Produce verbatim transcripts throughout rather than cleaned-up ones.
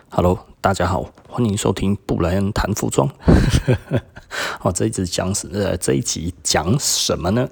Hello，大家好，欢迎收听布莱恩谈服装。哦，这一集讲呃，这一集讲什么呢？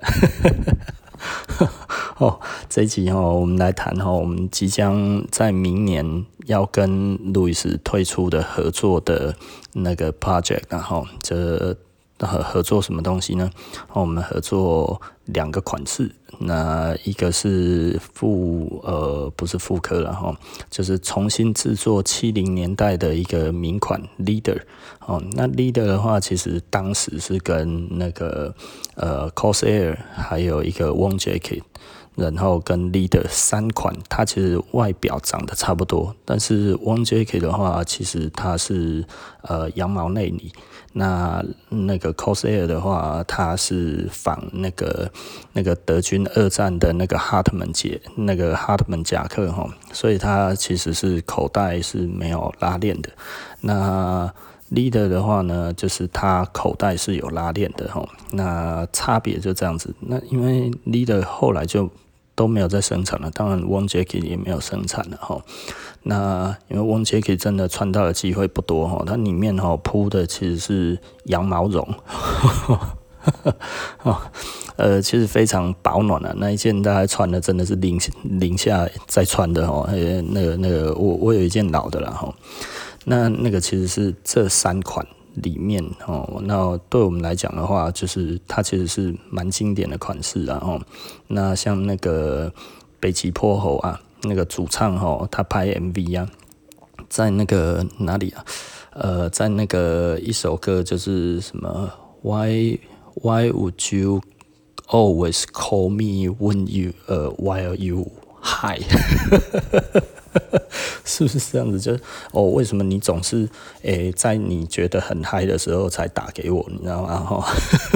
哦，这一集哦，我们来谈哦，我们即将在明年要跟路易斯推出的合作的那个 project， 然后这合合作什么东西呢？哦，我们合作两个款式，那一个是复呃不是复刻了哈，就是重新制作七零年代的一个名款 Leader。哦，那 Leader 的话，其实当时是跟那个呃 Corsair 还有一个 Wong Jacket。然后跟 Leader 三款，它其实外表长得差不多，但是 Wong Jacket 的话，其实它是呃羊毛内里，那那个 Corsair 的话，它是仿那个那个德军二战的那个哈特曼杰那个哈特曼夹克哈，所以它其实是口袋是没有拉链的。那Leader 的话呢，就是它口袋是有拉链的哈，那差别就这样子。那因为 Leader 后来就都没有再生产了，当然 Wong Jacket 也没有生产了哈。那因为 Wong Jacket 真的穿到的机会不多哈，它里面哈铺的其实是羊毛绒，呃，其实非常保暖啊。那一件大概穿的真的是零零下再穿的哈，呃，那个那个我我有一件老的啦哈，那那个其实是这三款里面哦，那对我们来讲的话，就是它其实是蛮经典的款式啊哦。那像那个北极破喉啊，那个主唱哦，他拍 M V 啊，在那个哪里啊？呃，在那个一首歌就是什么 Why Why would you always call me when you 呃 while you high？ 是不是这样子？就是哦，为什么你总是诶、欸、在你觉得很嗨的时候才打给我，你知道吗？哈，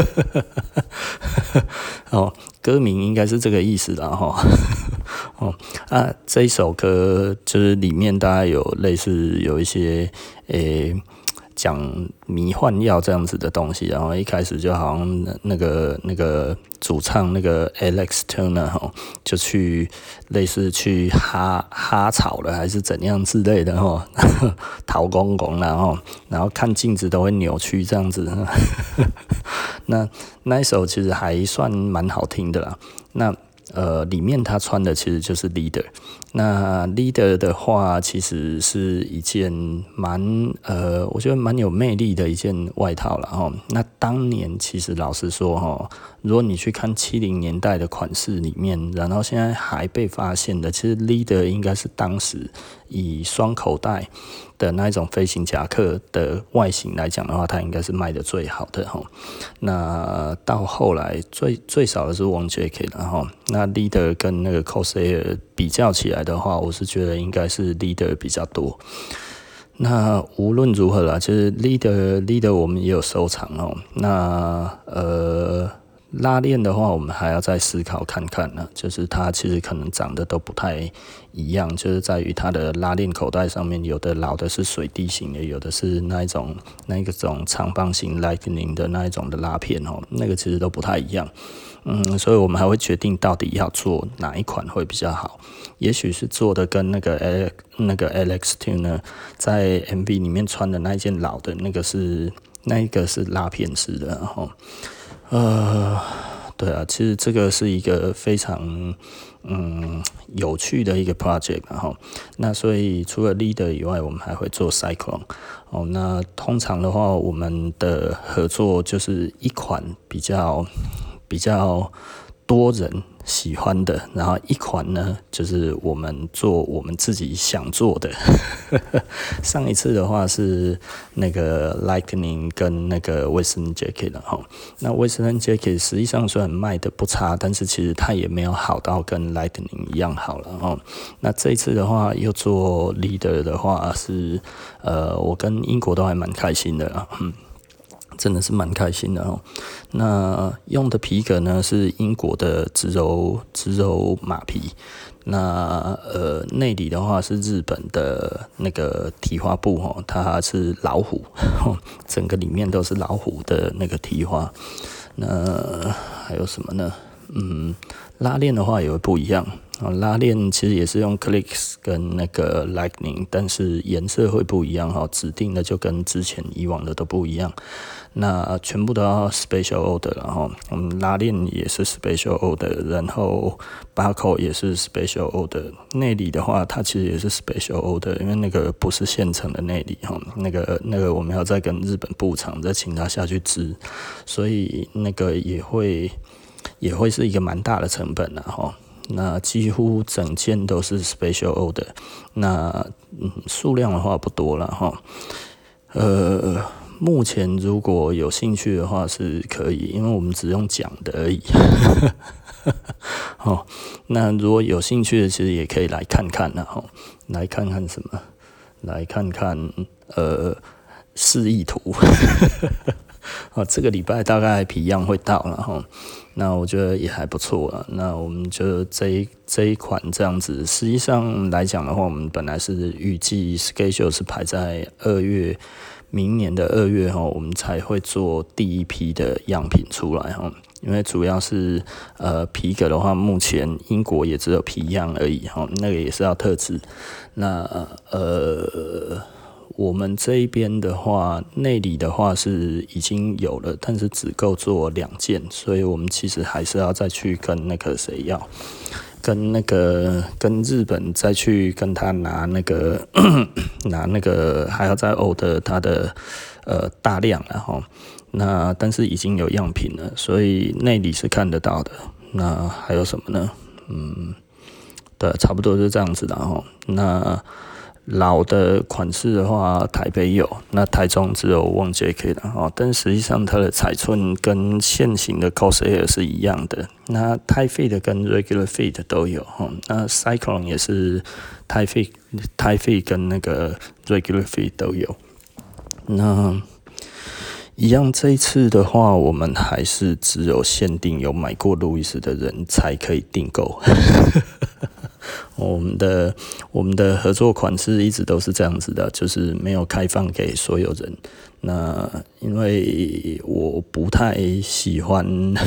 哦，歌名应该是这个意思啦哈。哦啊，这一首歌就是里面大概有类似有一些诶。欸讲迷幻药这样子的东西，然后一开始就好像那个那个主唱那个 Alex Turner 哈，就去类似去哈哈草了还是怎样之类的哈，逃公公然后然后看镜子都会扭曲这样子，那那一首其实还算蛮好听的啦，那。呃，里面他穿的其实就是 Leader， 那 Leader 的话，其实是一件蛮呃，我觉得蛮有魅力的一件外套了哈。那当年其实老实说哈，如果你去看七零年代的款式里面，然后现在还被发现的，其实 Leader 应该是当时以双口袋的那一种飞行夹克的外形来讲的话，它应该是卖的最好的哈。那到后来最最少的是 Wong Jacket 然后那 Leader 跟那个 Corsair 比较起来的话，我是觉得应该是 Leader 比较多。那无论如何啦，就是 Leader Leader 我们也有收藏哦。那呃。拉链的话，我们还要再思考看看呢。就是它其实可能长得都不太一样，就是在于它的拉链口袋上面，有的老的是水滴型的，有的是那一种那一种长方形 Lightning 的那一种的拉片哦，那个其实都不太一样。嗯，所以我们还会决定到底要做哪一款会比较好。也许是做的跟那个 Alex 那个 Alex Turner 在 M V 里面穿的那一件老的那个是那一个是拉片式的，然后。呃，对啊，其实这个是一个非常嗯有趣的一个 project， 然后那所以除了 Leader 以外，我们还会做 Cyclone。哦，那通常的话，我们的合作就是一款比较比较多人喜欢的，然后一款呢就是我们做我们自己想做的。上一次的话是那个 Lightning 跟那个 Western Jacket 哈，那 Western Jacket 实际上虽然卖的不差，但是其实它也没有好到跟 Lightning 一样好了哈。那这一次的话又做 Leader 的话是呃，我跟英国都还蛮开心的啦，嗯。真的是蛮开心的哦。那用的皮革呢是英国的植柔植柔马皮，那呃内里的话是日本的那个提花布哦，它是老虎，整个里面都是老虎的那个提花。那还有什么呢？嗯，拉链的话也会不一样拉链其实也是用 Clicks 跟那个 Lightning， 但是颜色会不一样哈，指定的就跟之前以往的都不一样。那全部都要 Special Order， 然后我们拉链也是 Special Order， 然后把口也是 Special Order。内里的话，它其实也是 Special Order， 因为那个不是现成的内里哈，那个那个我们要再跟日本布厂再请他下去织，所以那个也会也会是一个蛮大的成本啦哈。那几乎整件都是 Special Order， 那嗯数量的话不多了哈，呃。目前如果有兴趣的话是可以，因为我们只用讲的而已。哦，那如果有兴趣的，其实也可以来看看啦，吼，来看看什么？来看看呃示意图。哦，这个礼拜大概皮样会到了哈，那我觉得也还不错了。那我们就这一这一款这样子，实际上来讲的话，我们本来是预计 schedule 是排在二月。明年的二月哈，我们才会做第一批的样品出来哈，因为主要是呃皮革的话，目前英国也只有皮样而已哈，那个也是要特制。那呃我们这一边的话，内里的话是已经有了，但是只够做两件，所以我们其实还是要再去跟那个谁要。跟那个跟日本再去跟他拿那个拿那个还要再 order 他的呃大量然后那但是已经有样品了，所以内里是看得到的。那还有什么呢？嗯，对，差不多是这样子的哈。那老的款式的话，台北有，那台中只有旺 J K 的哈，但实际上它的尺寸跟现行的 Cos Air 是一样的。那 Tight Fit 跟 Regular Fit 都有哈，那 Cyclone 也是 Tight Fit Tight Fit 跟那个 Regular Fit 都有。那一样，这一次的话，我们还是只有限定有买过路易斯的人才可以订购。我们的我们的合作款式一直都是这样子的，就是没有开放给所有人。那因为我不太喜欢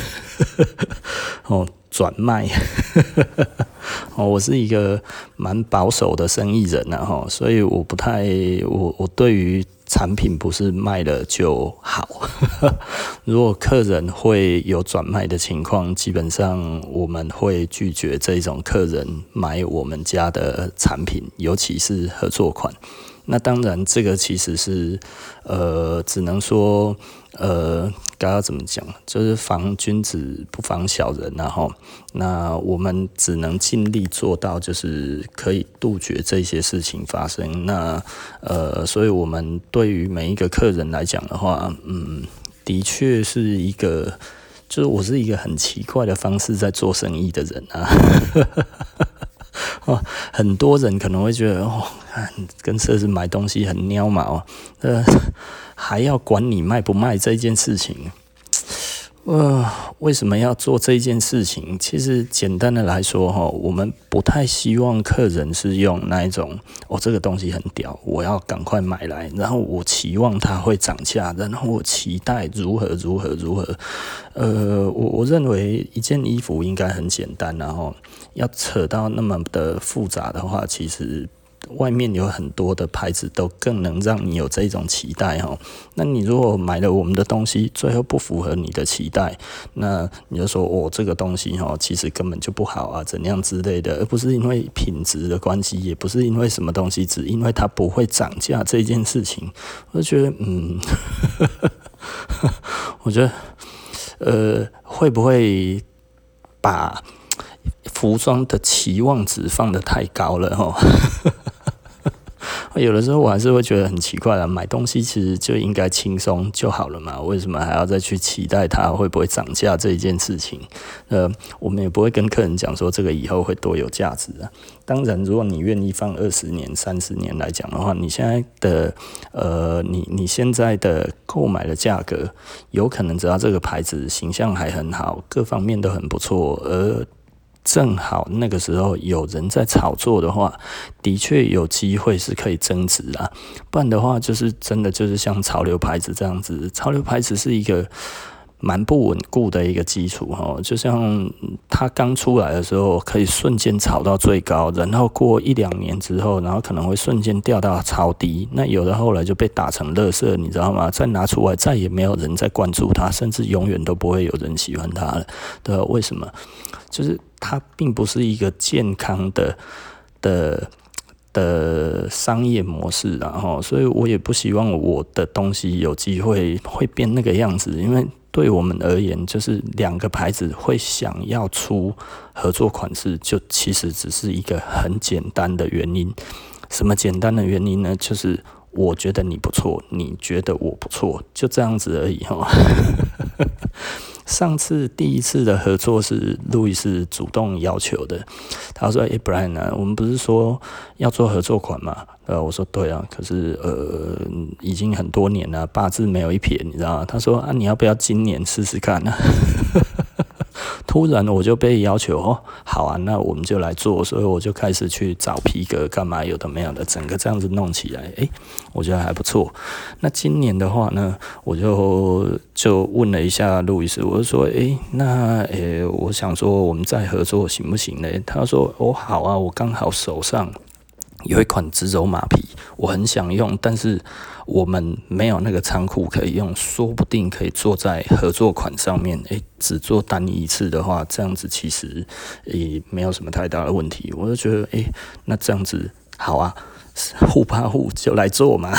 哦转卖，哦，我是一个蛮保守的生意人啊，哈，所以我不太我我对于产品不是卖了就好。如果客人会有转卖的情况，基本上我们会拒绝这种客人买我们家的产品，尤其是合作款。那当然，这个其实是呃，只能说呃，该要怎么讲，就是防君子不防小人然后，那我们只能尽力做到，就是可以杜绝这些事情发生。那呃，所以我们对于每一个客人来讲的话，嗯，的确是一个，就是我是一个很奇怪的方式在做生意的人啊。哦，很多人可能会觉得哦，跟车子买东西很鳥毛，呃，还要管你卖不卖这件事情。呃，为什么要做这件事情？其实简单的来说哈，我们不太希望客人是用那一种哦，这个东西很屌，我要赶快买来，然后我期望它会涨价，然后我期待如何如何如何。呃，我我认为一件衣服应该很简单，然后要扯到那么的复杂的话，其实外面有很多的牌子都更能让你有这种期待哈。那你如果买了我们的东西，最后不符合你的期待，那你就说哦，这个东西哈其实根本就不好啊，怎样之类的，而不是因为品质的关系，也不是因为什么东西，只因为它不会涨价这件事情，我就觉得嗯，我觉得呃会不会把服装的期望值放得太高了齁。有的时候我还是会觉得很奇怪啦，买东西其实就应该轻松就好了嘛，为什么还要再去期待它会不会涨价这一件事情？呃，我们也不会跟客人讲说这个以后会多有价值啊。当然，如果你愿意放二十年、三十年来讲的话，你现在的呃，你你现在的购买的价格，有可能只要这个牌子形象还很好，各方面都很不错，而正好那个时候有人在炒作的话，的确有机会是可以增值啊。不然的话，就是真的就是像潮流牌子这样子，潮流牌子是一个蛮不稳固的一个基础哈。就像它刚出来的时候，可以瞬间炒到最高，然后过一两年之后，然后可能会瞬间掉到超低。那有的后来就被打成垃圾，你知道吗？再拿出来，再也没有人在关注它，甚至永远都不会有人喜欢它了。对吧？为什么？就是它并不是一个健康的的的商业模式，然后，所以我也不希望我的东西有机会会变那个样子，因为对我们而言，就是两个牌子会想要出合作款式，就其实只是一个很简单的原因。什么简单的原因呢？就是我觉得你不错，你觉得我不错，就这样子而已哈。上次第一次的合作是路易斯主动要求的，他说：“欸 Brian 啊，我们不是说要做合作款吗？”呃，我说：“对啊，可是呃，已经很多年了，八字没有一撇，你知道吗？”他说：“啊，你要不要今年试试看呢？”突然我就被要求哦，好啊，那我们就来做，所以我就开始去找皮革，干嘛有的没有的，整个这样子弄起来，诶、欸，我觉得还不错。那今年的话呢，我就就问了一下路易斯，我就说，诶、欸，那诶、欸，我想说我们再合作行不行呢？他说，哦，好啊，我刚好手上有一款直轴马皮，我很想用，但是我们没有那个仓库可以用，说不定可以做在合作款上面。诶、欸，只做单一次的话，这样子其实也没有什么太大的问题。我就觉得，诶、欸，那这样子好啊，互怕互就来做嘛。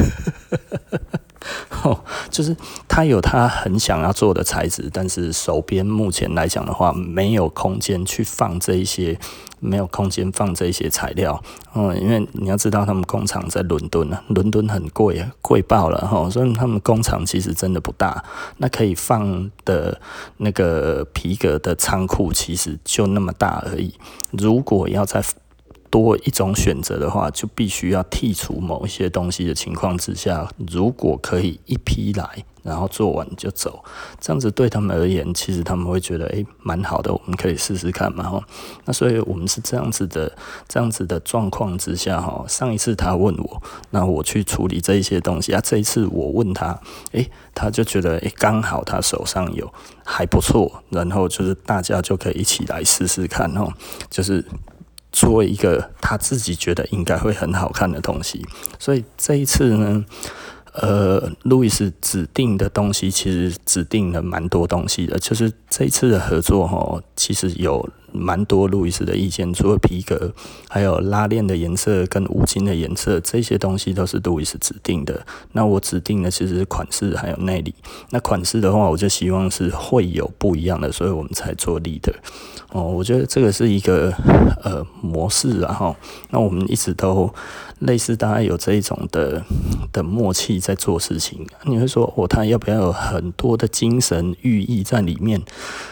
哦，就是他有他很想要做的材质，但是手边目前来讲的话，没有空间去放这一些，没有空间放这一些材料。嗯，因为你要知道，他们工厂在伦敦啊，伦敦很贵啊，贵爆了哈，所以他们工厂其实真的不大，那可以放的那个皮革的仓库其实就那么大而已。如果要在多一种选择的话，就必须要剔除某一些东西的情况之下，如果可以一批来，然后做完就走，这样子对他们而言，其实他们会觉得诶蛮好的，我们可以试试看嘛哈。那所以我们是这样子的，这样子的状况之下哈。上一次他问我，那我去处理这一些东西啊。这一次我问他，诶，他就觉得诶刚好他手上有还不错，然后就是大家就可以一起来试试看哦，就是做一个他自己觉得应该会很好看的东西。所以这一次呢，呃，路易斯指定的东西其实指定了蛮多东西的，就是这一次的合作齁，其实有蛮多路易斯的意见，除了皮革，还有拉链的颜色跟五金的颜色，这些东西都是路易斯指定的。那我指定的其实是款式还有内里。那款式的话，我就希望是会有不一样的，所以我们才做 leader。哦，我觉得这个是一个呃模式啊齁。那我们一直都类似，大概有这一种的的默契在做事情。你会说，哦，他要不要有很多的精神寓意在里面？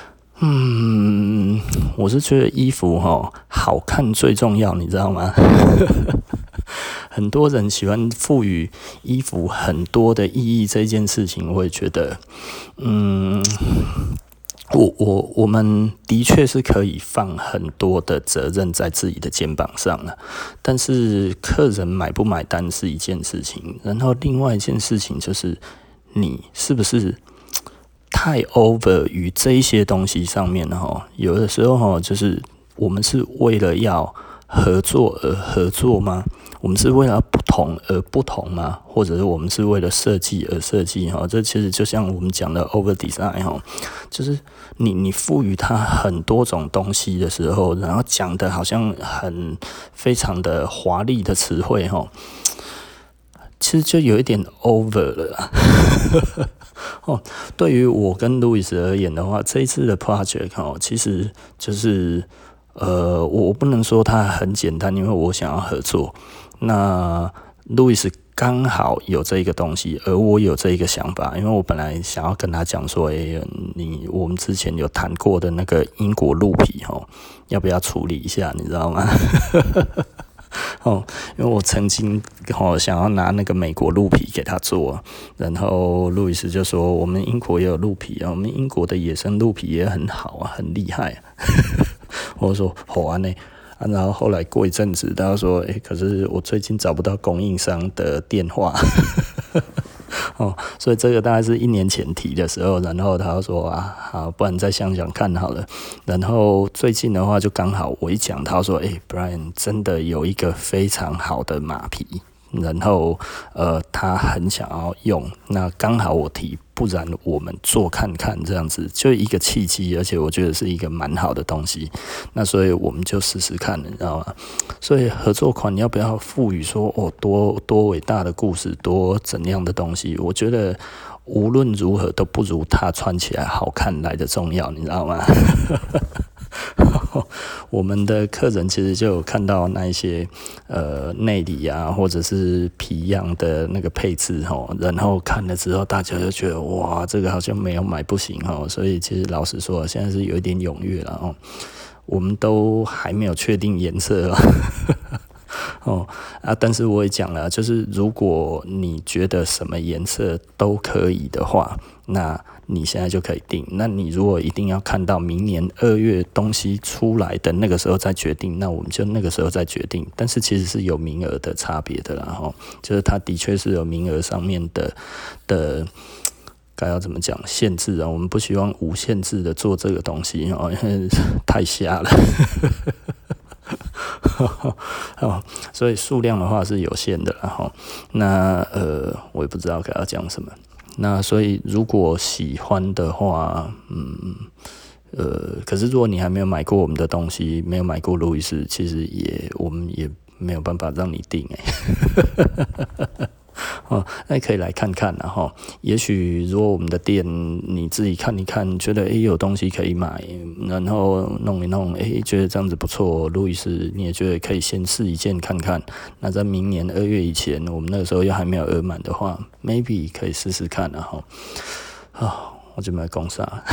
嗯，我是觉得衣服齁好看最重要，你知道吗？很多人喜欢赋予衣服很多的意义，这件事情，我也觉得，嗯。我我我们的确是可以放很多的责任在自己的肩膀上了，但是客人买不买单是一件事情，然后另外一件事情就是你是不是太 over 于这一些东西上面哈？有的时候哈，就是我们是为了要合作而合作吗？我们是为了不同而不同吗？或者是我们是为了设计而设计哈？这其实就像我们讲的 over design 哈，就是你你赋予它很多种东西的时候，然后讲的好像很非常的华丽的词汇哈，其实就有一点 over 了啦。哦，对于我跟路易斯而言的话，这一次的 project 哦，其实就是呃，我不能说它很简单，因为我想要合作。那路易斯刚好有这一个东西，而我有这一个想法，因为我本来想要跟他讲说，诶、欸，你我们之前有谈过的那个英国鹿皮哦，要不要处理一下？你知道吗？哦，因为我曾经哦想要拿那个美国鹿皮给他做，然后路易斯就说我们英国也有鹿皮啊，我们英国的野生鹿皮也很好啊，很厉害、啊。我说好啊呢。啊、然后后来过一阵子，他说：“哎、欸，可是我最近找不到供应商的电话。” 哦，所以这个大概是一年前提的时候，然后他说啊，好，不然再想想看好了。然后最近的话，就刚好我一讲，他说，哎、欸、，Brian 真的有一个非常好的马匹，然后呃，他很想要用，那刚好我提，不然我们做看看这样子，就一个契机，而且我觉得是一个蛮好的东西，那所以我们就试试看，你知道吗？所以合作款你要不要赋予说哦多多伟大的故事，多怎样的东西？我觉得无论如何都不如它穿起来好看来的重要，你知道吗？我们的客人其实就有看到那一些呃内里啊，或者是皮样的那个配置吼，然后看了之后，大家就觉得哇，这个好像没有买不行吼，所以其实老实说，现在是有一点踊跃了哦。我们都还没有确定颜色哦啊，但是我也讲了，就是如果你觉得什么颜色都可以的话，那你现在就可以定。那你如果一定要看到明年二月东西出来的那个时候再决定，那我们就那个时候再决定。但是其实是有名额的差别的啦，哈，就是它的确是有名额上面的的。该要怎么讲限制啊？我们不希望无限制的做这个东西哦，因为太瞎了。哦，所以数量的话是有限的啦哈。那呃，我也不知道该要讲什么。那所以如果喜欢的话，嗯呃，可是如果你还没有买过我们的东西，没有买过路易斯，其实也我们也没有办法让你订哎。哦，那可以来看看啦齁。也许如果我们的店你自己看一看，觉得诶、欸、有东西可以买，然后弄一弄，诶、欸、觉得这样子不错，路易斯你也觉得可以先试一件看看。那在明年二月以前，我们那个时候又还没有额满的话 ，maybe 可以试试看啦齁。啊，我就没讲啥。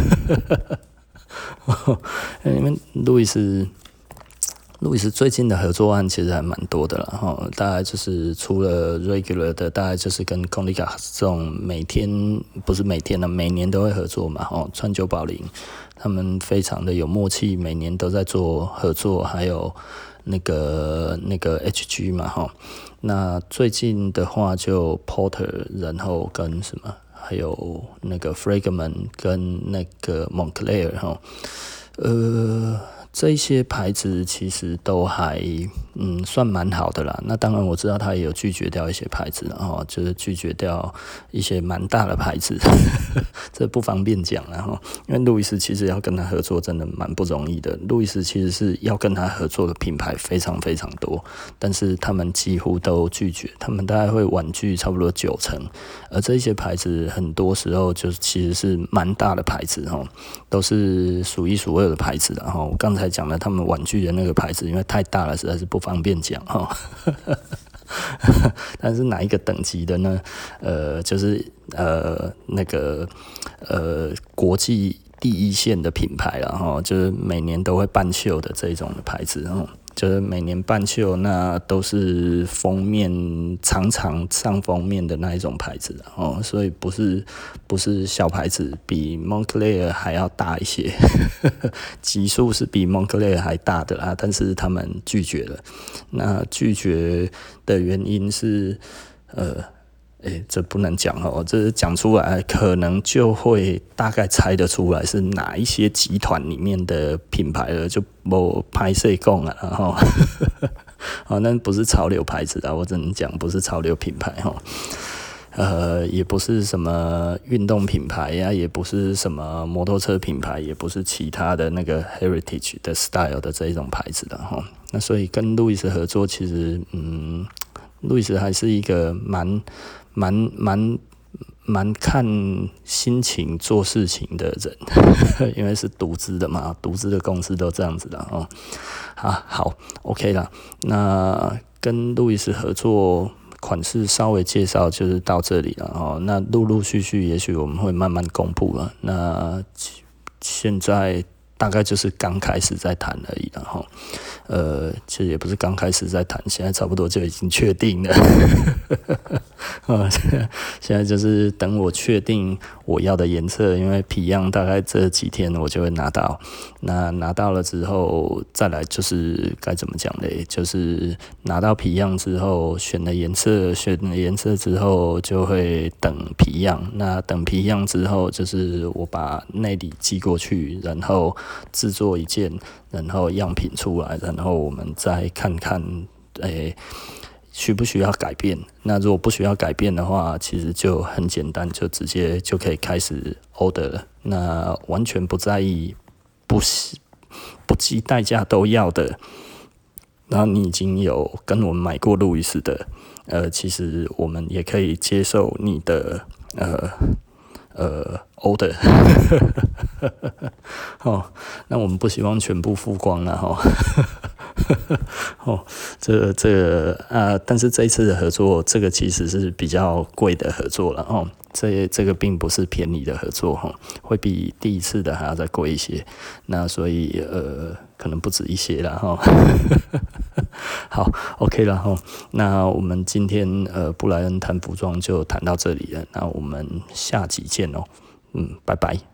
因为路易斯。路易斯最近的合作案其实还蛮多的啦，哈，大概就是除了 regular 的，大概就是跟 Konica 这种每天不是每天的，每年都会合作嘛，哈，川久保玲他们非常的有默契，每年都在做合作，还有那个那个 H G 嘛，哈，那最近的话就 Porter， 然后跟什么，还有那个 Fragment 跟那个 Moncler 哈，呃。这一些牌子其实都还嗯算蛮好的啦。那当然我知道他也有拒绝掉一些牌子，然后就是拒绝掉一些蛮大的牌子，这不方便讲啦齁。因为路易斯其实要跟他合作真的蛮不容易的。路易斯其实是要跟他合作的品牌非常非常多，但是他们几乎都拒绝，他们大概会婉拒差不多九成。而这些牌子很多时候就其实是蛮大的牌子齁，都是数一数二的牌子的齁。我刚才讲了他们婉拒的那个牌子，因为太大了，实在是不方便讲哈。但是哪一个等级的呢？呃，就是呃那个呃国际第一线的品牌啦齁，就是每年都会办秀的这种的牌子齁。就是每年办秀，那都是封面常常上封面的那一种牌子哦，所以不是不是小牌子，比 Moncler 还要大一些，级数是比 Moncler 还大的啦，但是他们拒绝了。那拒绝的原因是，呃。诶、欸，这不能讲哦，这讲出来可能就会大概猜得出来是哪一些集团里面的品牌了，就没拍摄讲了，然后，哦，那不是潮流牌子的，我只能讲不是潮流品牌哈，呃，也不是什么运动品牌呀、啊，也不是什么摩托车品牌，也不是其他的那个 heritage 的 style 的这一种牌子的哈。那所以跟路易斯合作，其实嗯，路易斯还是一个蛮。蛮蛮蛮看心情做事情的人，因为是独资的嘛，独资的公司都这样子的哦。啊，好 ，OK 啦。那跟路易斯合作款式稍微介绍就是到这里了哦。那陆陆续续，也许我们会慢慢公布了。那现在大概就是刚开始在谈而已了哈。呃，其实也不是刚开始在谈，现在差不多就已经确定了。 呃，现在就是等我确定我要的颜色，因为皮样大概这几天我就会拿到。那拿到了之后，再来就是该怎么讲嘞？就是拿到皮样之后，选了颜色，选了颜色之后就会等皮样。那等皮样之后，就是我把内里寄过去，然后制作一件，然后样品出来，然后我们再看看，诶。需不需要改变？那如果不需要改变的话，其实就很简单，就直接就可以开始 order 了。那完全不在意，不不计代价都要的。然后你已经有跟我们买过路易斯的，呃，其实我们也可以接受你的呃呃 order 哦，那我们不希望全部付光了哈。哦，这这个啊，但是这一次的合作，这个其实是比较贵的合作了哦。这这个并不是便宜的合作哈，会比第一次的还要再贵一些。那所以呃，可能不止一些了哈。好 ，OK 了哈。那我们今天呃布莱恩谈服装就谈到这里了。那我们下集见哦。嗯，拜拜。